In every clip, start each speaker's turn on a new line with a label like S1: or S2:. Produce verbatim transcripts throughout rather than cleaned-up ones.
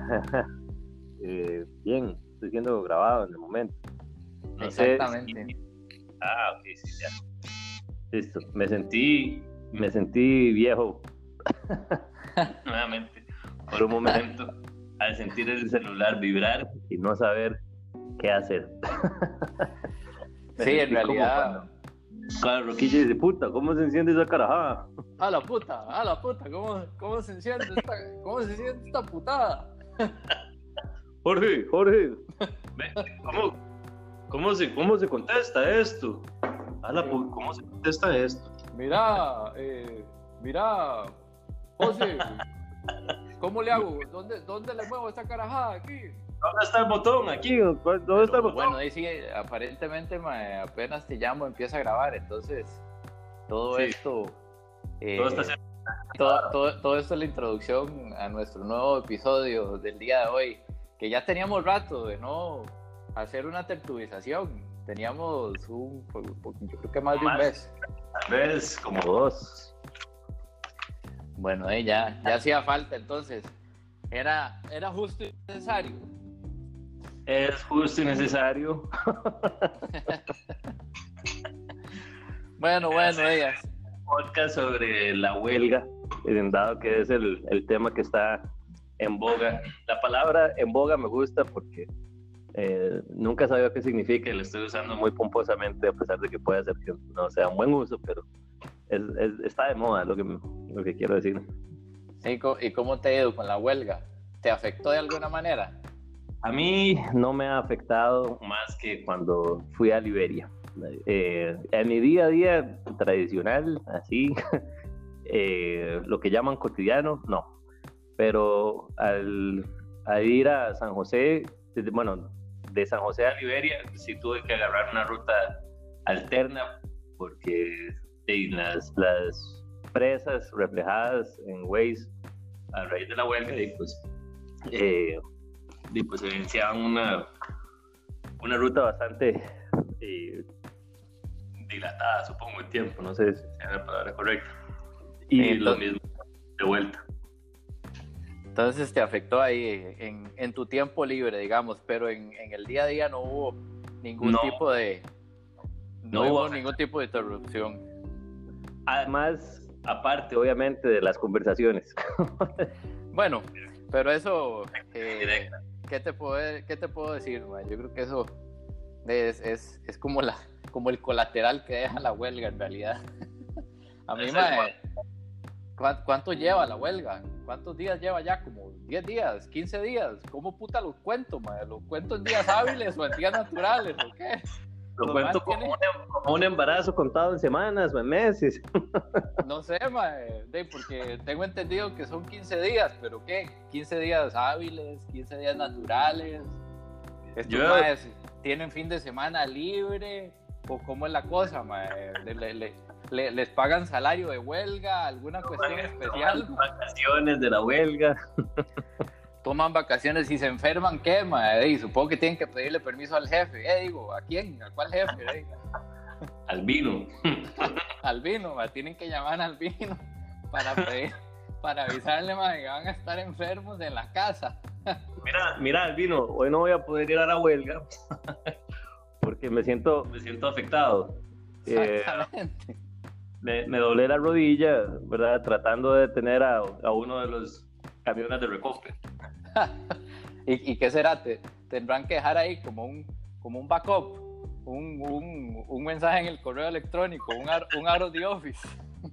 S1: eh, bien, estoy siendo grabado en el momento. No
S2: Exactamente.
S1: Sé si... Ah, ok, sí, ya. Listo. Me sentí, me sentí viejo. Nuevamente, por un momento, al sentir el celular vibrar y no saber qué hacer.
S2: Sí, en realidad.
S1: Claro, Roquilla dice, puta, ¿cómo se enciende esa carajada?
S2: A la puta, a la puta, ¿cómo, cómo se enciende esta, cómo se enciende esta putada?
S1: Jorge, Jorge, ¿cómo, cómo, se, ¿cómo se contesta esto? A la pu- ¿Cómo se contesta esto?
S2: Mira, eh, mira, José, ¿cómo le hago? ¿Dónde, dónde le muevo esta carajada aquí?
S1: ¿Dónde está el botón? Aquí, ¿dónde
S2: Pero,
S1: está el botón?
S2: bueno, ahí sí, aparentemente mae, apenas te llamo, empieza a grabar, entonces todo
S1: Sí.
S2: esto, eh,
S1: Todo está siendo...
S2: todo, todo, todo esto es la introducción a nuestro nuevo episodio del día de hoy, que ya teníamos rato de no hacer una tertulización, teníamos un, yo creo que más de un mes.
S1: Tal vez como dos.
S2: Bueno, eh, ya, ya hacía falta, entonces, era, era justo y necesario.
S1: Es justo y necesario.
S2: Bueno, bueno, ellas.
S1: Podcast sobre la huelga, dado que es el, el tema que está en boga. La palabra en boga me gusta porque eh, nunca sabía qué significa y lo estoy usando muy pomposamente, a pesar de que puede ser que no sea un buen uso, pero es, es, está de moda lo que, lo que quiero decir.
S2: Sí, ¿y cómo te ha ido con la huelga? ¿Te afectó de alguna manera?
S1: A mí no me ha afectado más que cuando fui a Liberia. Eh, en mi día a día tradicional, así, eh, lo que llaman cotidiano, no. Pero al, al ir a San José, desde, bueno, de San José a Liberia, sí tuve que agarrar una ruta alterna porque eh, las, las presas reflejadas en Waze a raíz de la huelga, y pues, eh, y pues evidenciaban una, una ruta bastante eh, dilatada, supongo, el tiempo, no sé si es la palabra correcta. Y sí, lo mismo de vuelta.
S2: Entonces te afectó ahí en, en tu tiempo libre, digamos, pero en, en el día a día no hubo ningún no, tipo de no, no hubo ningún tipo de interrupción.
S1: Además, aparte, obviamente, de las conversaciones.
S2: Bueno, pero eso, eh, ¿qué te puedo, qué te puedo decir, man? Yo creo que eso es, es, es como la como el colateral que deja la huelga en realidad. A mí, man, ¿cuánto lleva la huelga? ¿Cuántos días lleva ya? Como diez días, quince días. ¿Cómo puta los cuento, man? ¿Los cuento en días hábiles o en días naturales o qué?
S1: Lo cuento como, tiene... un, como un embarazo contado en semanas o en meses.
S2: No sé, mae, porque tengo entendido que son quince días, pero ¿qué? ¿quince días hábiles? ¿quince días naturales? ¿Estos Yo... maes tienen fin de semana libre? ¿O cómo es la cosa, mae? ¿Le, le, le, le, ¿Les pagan salario de huelga? ¿Alguna cuestión toman, especial?
S1: Toman vacaciones de la huelga.
S2: Toman vacaciones y se enferman, ¿qué, mae? Y supongo que tienen que pedirle permiso al jefe. Eh, digo, ¿a quién? ¿A cuál jefe? Eh?
S1: Al vino.
S2: Al vino, mae. Tienen que llamar al vino para pedir, para avisarle, mae, que van a estar enfermos en la casa.
S1: Mira, mira, al vino, hoy no voy a poder ir a la huelga porque me siento, me siento afectado.
S2: Exactamente.
S1: Eh, me, me doblé la rodilla, ¿verdad? Tratando de detener a, a uno de los camiones de recopio.
S2: ¿Y, ¿Y qué será? ¿Te, tendrán que dejar ahí como un, como un backup, un, un, un mensaje en el correo electrónico, un, ar, un out of the office.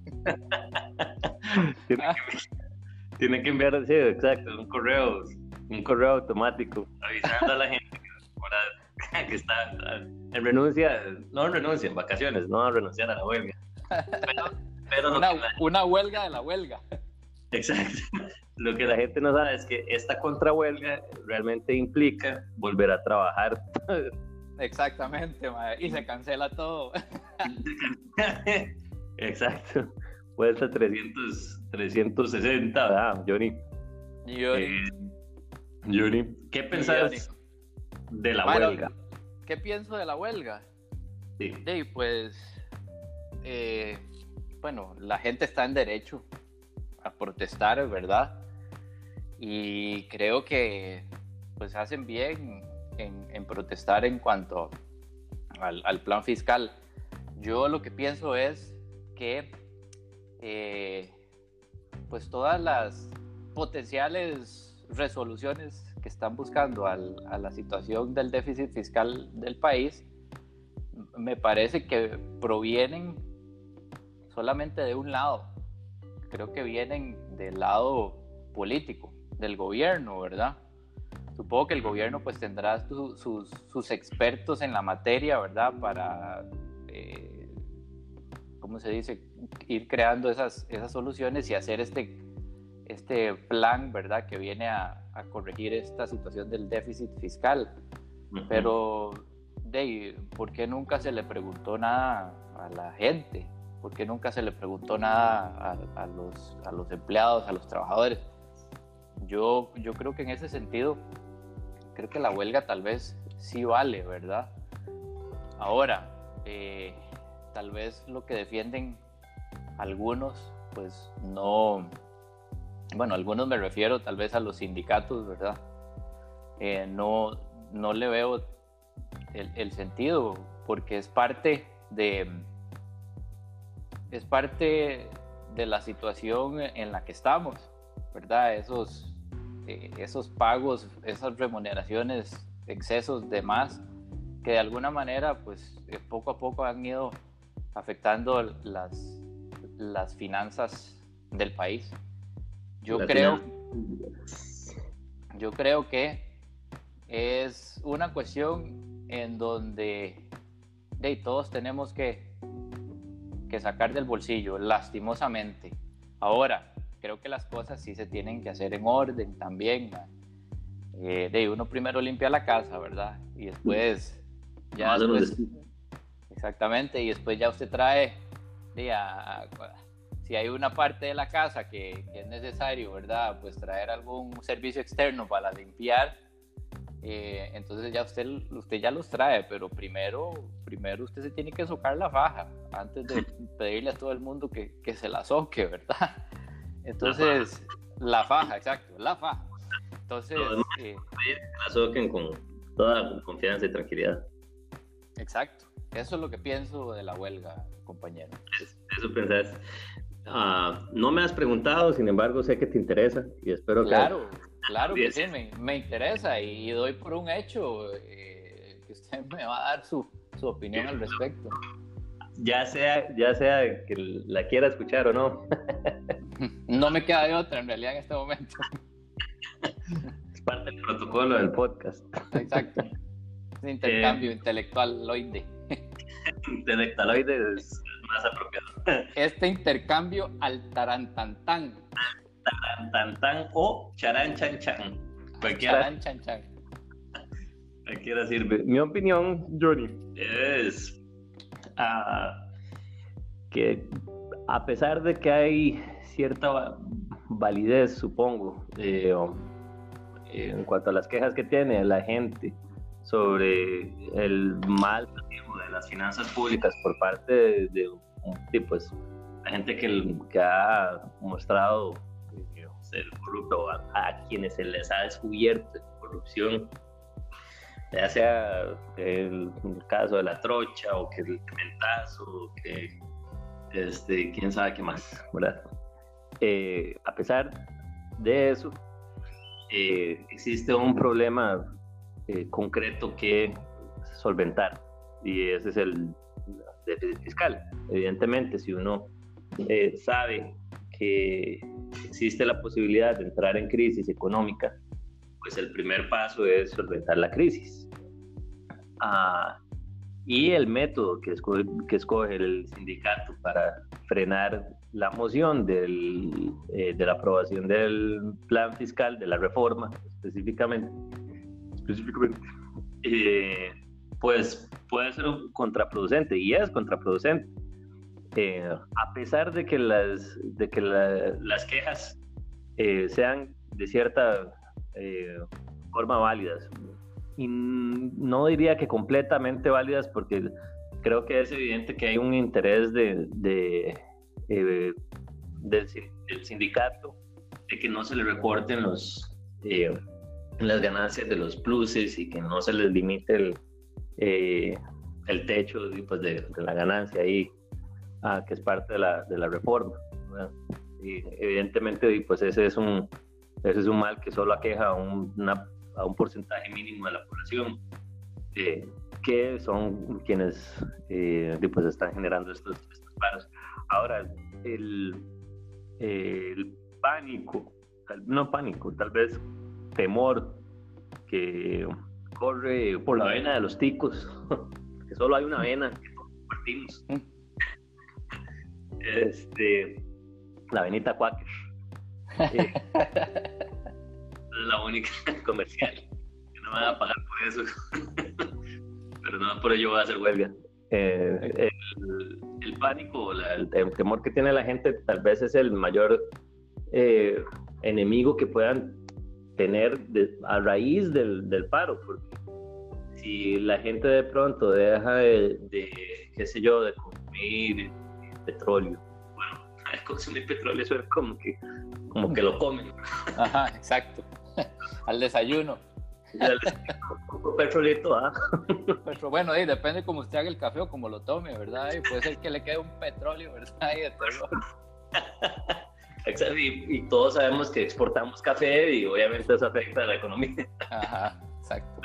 S1: tiene, que, tiene que enviar, sí, exacto, un correo, un correo automático avisando a la gente que, que está en renuncia, no en renuncia, en vacaciones, no a renunciar a la huelga. Pero, pero
S2: una,
S1: la,
S2: una huelga de la huelga.
S1: Exacto. Lo que la gente no sabe es que esta contrahuelga realmente implica volver a trabajar.
S2: Exactamente, madre. Y se cancela todo.
S1: Exacto. Vuelta trescientos, trescientos sesenta, ¿verdad, Johnny?
S2: Johnny.
S1: Eh, Johnny, ¿qué pensás de la bueno, huelga?
S2: ¿Qué pienso de la huelga?
S1: Sí.
S2: Sí, pues, eh, bueno, la gente está en derecho a protestar, ¿verdad? y creo que pues hacen bien en, en protestar en cuanto al, al plan fiscal. Yo lo que pienso es que eh, pues todas las potenciales resoluciones que están buscando al, a la situación del déficit fiscal del país, me parece que provienen solamente de un lado. Creo que vienen del lado político, del gobierno, ¿verdad? Supongo que el gobierno pues tendrá su, sus, sus expertos en la materia, ¿verdad? Para, eh, ¿cómo se dice? Ir creando esas, esas soluciones y hacer este, este plan, ¿verdad? Que viene a, a corregir esta situación del déficit fiscal. Uh-huh. Pero, de, ¿por qué nunca se le preguntó nada a la gente? ¿Por qué nunca se le preguntó nada a, a, los, a los empleados, a los trabajadores? Yo, yo creo que en ese sentido, creo que la huelga tal vez sí vale, ¿verdad? Ahora, eh, tal vez lo que defienden algunos, pues no, bueno, algunos me refiero tal vez a los sindicatos, ¿verdad? Eh, no, no le veo el, el sentido, porque es parte de, es parte de la situación en la que estamos, ¿verdad? Esos, eh, esos pagos, esas remuneraciones, excesos de más, que de alguna manera, pues, eh, poco a poco han ido afectando las, las finanzas del país. Yo la creo, yo creo que es una cuestión en donde de, todos tenemos que, que sacar del bolsillo, lastimosamente. Ahora, creo que las cosas sí se tienen que hacer en orden también. Eh, de uno primero limpia la casa, ¿verdad? Y después, ya después, exactamente, y después ya usted trae, de, a, a, si hay una parte de la casa que, que es necesario, ¿verdad? Pues traer algún servicio externo para limpiar, eh, entonces ya usted, usted ya los trae, pero primero, primero usted se tiene que socar la faja antes de pedirle a todo el mundo que, que se la soque, ¿verdad? Entonces, la faja, la faja exacto, la faja. Entonces,
S1: eh, la soquen con toda confianza y tranquilidad.
S2: Exacto, eso es lo que pienso de la huelga, compañero.
S1: Eso pensás. Uh, no me has preguntado, sin embargo, sé que te interesa y espero
S2: claro,
S1: que...
S2: Claro, claro que sí, me, me interesa y, y doy por un hecho eh, que usted me va a dar su, su opinión al respecto.
S1: Ya sea, ya sea que la quiera escuchar o no.
S2: No me queda de otra en realidad en este momento.
S1: Es parte del protocolo del podcast.
S2: Exacto. Es intercambio eh, intelectualoide.
S1: Intelectualoide es más apropiado.
S2: Este intercambio al tarantantán.
S1: Tarantantán o charanchan-chan. Cualquiera.
S2: Charanchan-chan.
S1: Cualquiera sirve. Mi opinión, Johnny, es uh, que a pesar de que hay cierta validez, supongo, eh, en cuanto a las quejas que tiene la gente sobre el mal manejo de las finanzas públicas por parte de, de, de pues, la gente que, que ha mostrado eh, ser corrupto, a, a quienes se les ha descubierto corrupción, ya sea el, el caso de la trocha o que el cementazo, o que este, quién sabe qué más, ¿verdad? Eh, a pesar de eso, eh, existe un problema eh, concreto que solventar, y ese es el déficit fiscal. Evidentemente, si uno eh, sabe que existe la posibilidad de entrar en crisis económica, pues el primer paso es solventar la crisis. Ah, y el método que escoge, que escoge el sindicato para frenar la moción del, eh, de la aprobación del plan fiscal, de la reforma específicamente, específicamente eh, pues puede ser contraproducente, y es contraproducente. Eh, a pesar de que las, de que la, las quejas eh, sean de cierta eh, forma válidas, y no diría que completamente válidas, porque creo que es evidente que hay un interés de, de, eh, del, del sindicato de que no se le recorten los, eh, en las ganancias de los pluses y que no se les limite el, eh, el techo pues, de, de la ganancia ahí, ah, que es parte de la, de la reforma, ¿verdad? Y evidentemente pues ese es un, ese es un mal que solo aqueja a un, una, a un porcentaje mínimo de la población, eh, que son quienes eh, pues están generando estos, estos paros. Ahora, el, el pánico, no pánico, tal vez temor que corre por la vena de los ticos, que solo hay una vena que compartimos, este, la venita Quaker, eh, es la única comercial, que no me van a pagar por eso, pero no por ello voy a hacer huelga. Eh, el, el pánico, la, el, el temor que tiene la gente tal vez es el mayor eh, enemigo que puedan tener de, a raíz del, del paro, porque si la gente de pronto deja de, de qué sé yo, de consumir petróleo, bueno, consumir petróleo eso es como que, como que lo comen.
S2: Ajá, exacto, al desayuno.
S1: Un petrolito, ¿ah?
S2: Pero bueno, y depende cómo usted haga el café o cómo lo tome, ¿verdad? Y puede ser que le quede un petróleo, ¿verdad? Y de terror.
S1: Exacto, y, y todos sabemos que exportamos café y obviamente eso afecta a la economía.
S2: Ajá, exacto.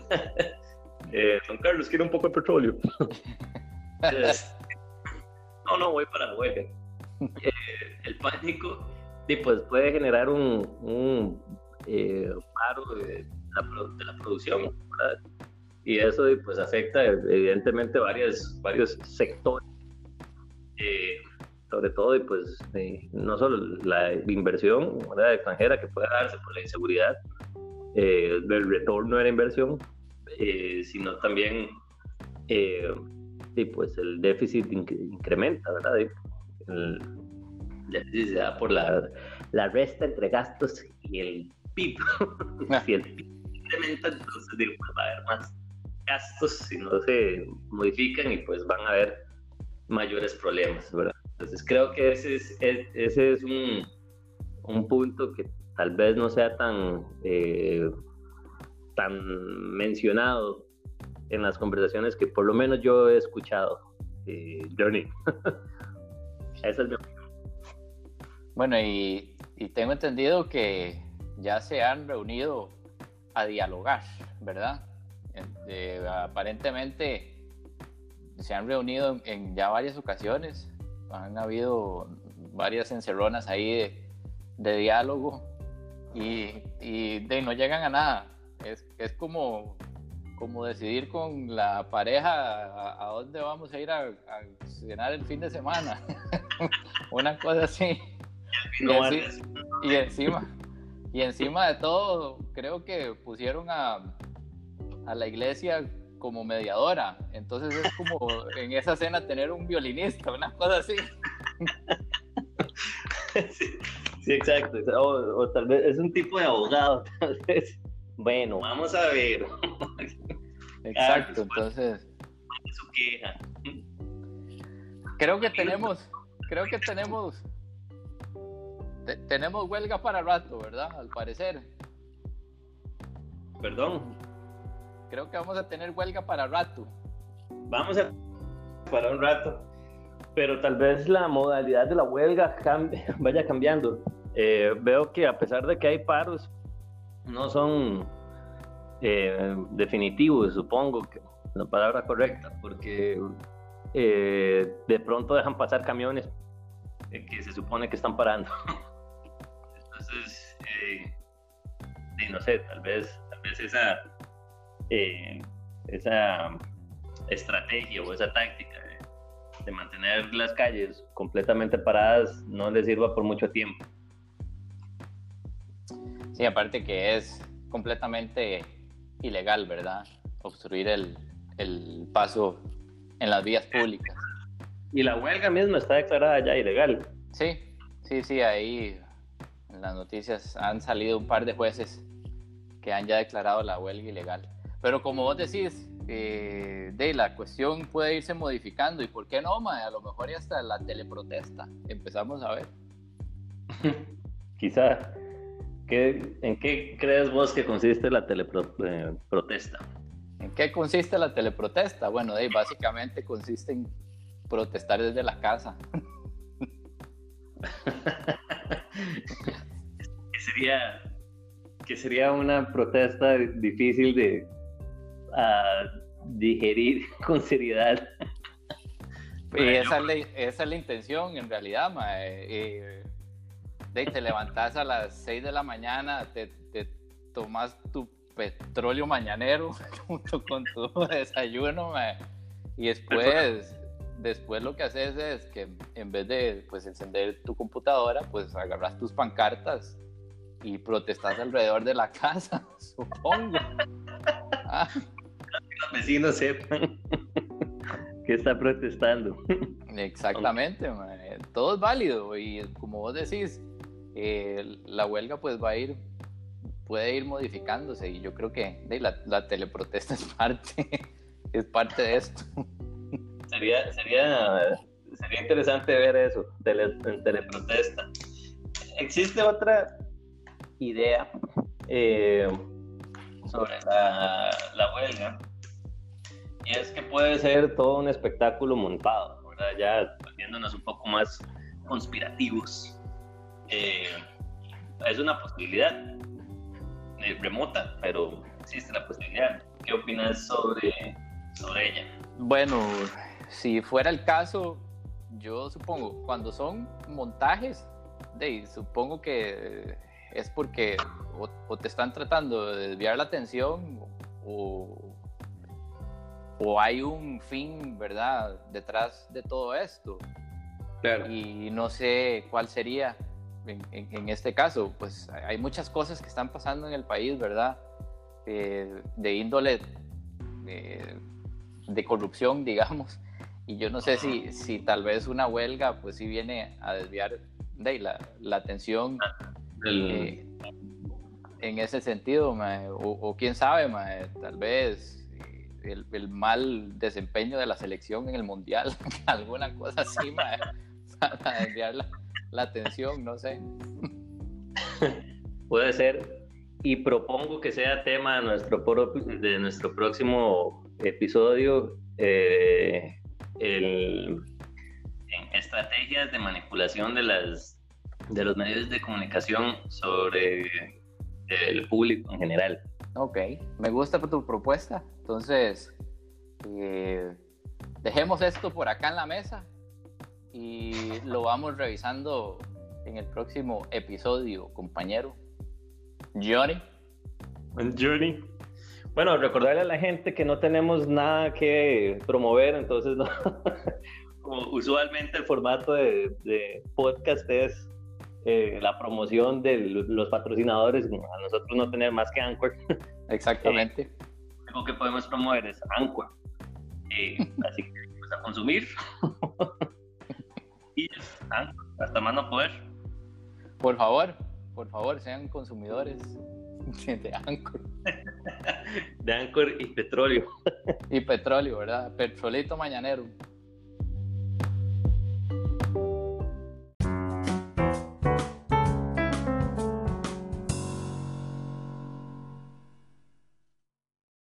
S1: Eh, don Carlos, ¿quiere un poco de petróleo? Entonces, no, no, voy para la huelga. Eh, el pánico y pues puede generar un, un eh, paro de la, de la producción, ¿verdad? Y eso pues afecta evidentemente varias, varios sectores, eh, sobre todo y pues eh, no solo la inversión, ¿verdad?, extranjera que puede darse por la inseguridad eh, del retorno de la inversión, eh, sino también eh, y pues el déficit inc- incrementa, ¿verdad? El déficit se da por la, la resta entre gastos y el P I B. Si el P I B incrementa, entonces digo, pues, va a haber más gastos si no se modifican y pues van a haber mayores problemas, ¿verdad? Entonces creo que ese es, ese es un, un punto que tal vez no sea tan, eh, tan mencionado en las conversaciones que por lo menos yo he escuchado, eh, Johnny. Esa es mi opinión.
S2: Bueno, y, y tengo entendido que ya se han reunido a dialogar, ¿verdad? Eh, aparentemente se han reunido en, en ya varias ocasiones, han habido varias encerronas ahí de, de diálogo y, y de, no llegan a nada. Es, es como, como decidir con la pareja a, a dónde vamos a ir a, a cenar el fin de semana. Una cosa así. Y, así, y encima y encima de todo creo que pusieron a, a la iglesia como mediadora, entonces es como en esa cena tener un violinista, una cosa así.
S1: Sí, sí, exacto, o, o tal vez es un tipo de abogado, tal vez. Bueno, vamos a ver.
S2: Exacto, entonces
S1: su queja.
S2: Creo que tenemos creo que tenemos te, tenemos huelga para rato, ¿verdad? Al parecer.
S1: Perdón.
S2: Creo que vamos a tener huelga para rato.
S1: Vamos a para un rato, pero tal vez la modalidad de la huelga cambie, vaya cambiando. Eh, veo que a pesar de que hay paros, no son eh, definitivos, supongo que es la palabra correcta, porque eh, de pronto dejan pasar camiones eh, que se supone que están parando. Entonces, eh, sí, no sé, tal vez, tal vez esa Eh, esa estrategia o esa táctica de, de mantener las calles completamente paradas no les sirva por mucho tiempo.
S2: Sí, aparte que es completamente ilegal, ¿verdad? Obstruir el, el paso en las vías públicas.
S1: Y la huelga misma está declarada ya ilegal.
S2: Sí, sí, sí, ahí en las noticias han salido un par de jueces que han ya declarado la huelga ilegal. Pero como vos decís, eh, de la cuestión puede irse modificando. ¿Y por qué no, mae? A lo mejor ya hasta la teleprotesta empezamos a ver.
S1: Quizá, ¿qué, ¿en qué crees vos que consiste la teleprotesta?
S2: ¿En qué consiste la teleprotesta? Bueno, de, básicamente consiste en protestar desde la casa.
S1: que sería que sería una protesta difícil de uh, digerir con seriedad.
S2: Y esa es, la, esa es la intención en realidad, mae. Eh, de, te levantas a las seis de la mañana, te, te tomas tu petróleo mañanero junto con tu desayuno, mae, y después después lo que haces es que en vez de pues encender tu computadora, pues agarras tus pancartas y protestas alrededor de la casa, supongo. Ah.
S1: Que los vecinos sepan que está protestando.
S2: Exactamente, man. Todo es válido y como vos decís, eh, la huelga pues va a ir, puede ir modificándose y yo creo que de, la, la teleprotesta es parte, es parte de esto.
S1: Sería, sería, sería interesante ver eso, tele, teleprotesta. Existe otra idea eh, sobre la, la huelga, y es que puede ser todo un espectáculo montado, ¿verdad? Ya volviéndonos un poco más conspirativos. Eh, es una posibilidad eh, remota, pero existe la posibilidad. ¿Qué opinas sobre, sobre ella?
S2: Bueno, si fuera el caso, yo supongo, cuando son montajes, de, supongo que es porque o, o te están tratando de desviar la atención o, o hay un fin, ¿verdad?, detrás de todo esto.
S1: Claro.
S2: Y no sé cuál sería en, en, en este caso. Pues hay muchas cosas que están pasando en el país, ¿verdad?, eh, de índole eh, de corrupción, digamos. Y yo no sé si, si tal vez una huelga, pues sí viene a desviar de la, la atención eh, en ese sentido, mae, o, o quién sabe, mae, tal vez el, el mal desempeño de la selección en el mundial, alguna cosa así, mae, para desviar la, la atención, no sé.
S1: Puede ser, y propongo que sea tema de nuestro, pro, de nuestro próximo episodio, eh, el, en estrategias de manipulación de las de los medios de comunicación sobre el público en general.
S2: Ok, me gusta tu propuesta. Entonces, eh, dejemos esto por acá en la mesa y lo vamos revisando en el próximo episodio, compañero. Johnny.
S1: Johnny. Bueno, recordarle a la gente que no tenemos nada que promover, entonces no. Como usualmente el formato de, de podcast es eh, la promoción de los patrocinadores, a nosotros no tener más que Anchor.
S2: Exactamente.
S1: Eh, lo que podemos promover es Anchor. Eh, así que pues, a consumir. Y Anchor, hasta más no poder.
S2: Por favor, por favor, sean consumidores de Anchor.
S1: De Anchor y petróleo.
S2: Y petróleo, ¿verdad? Petrolito mañanero.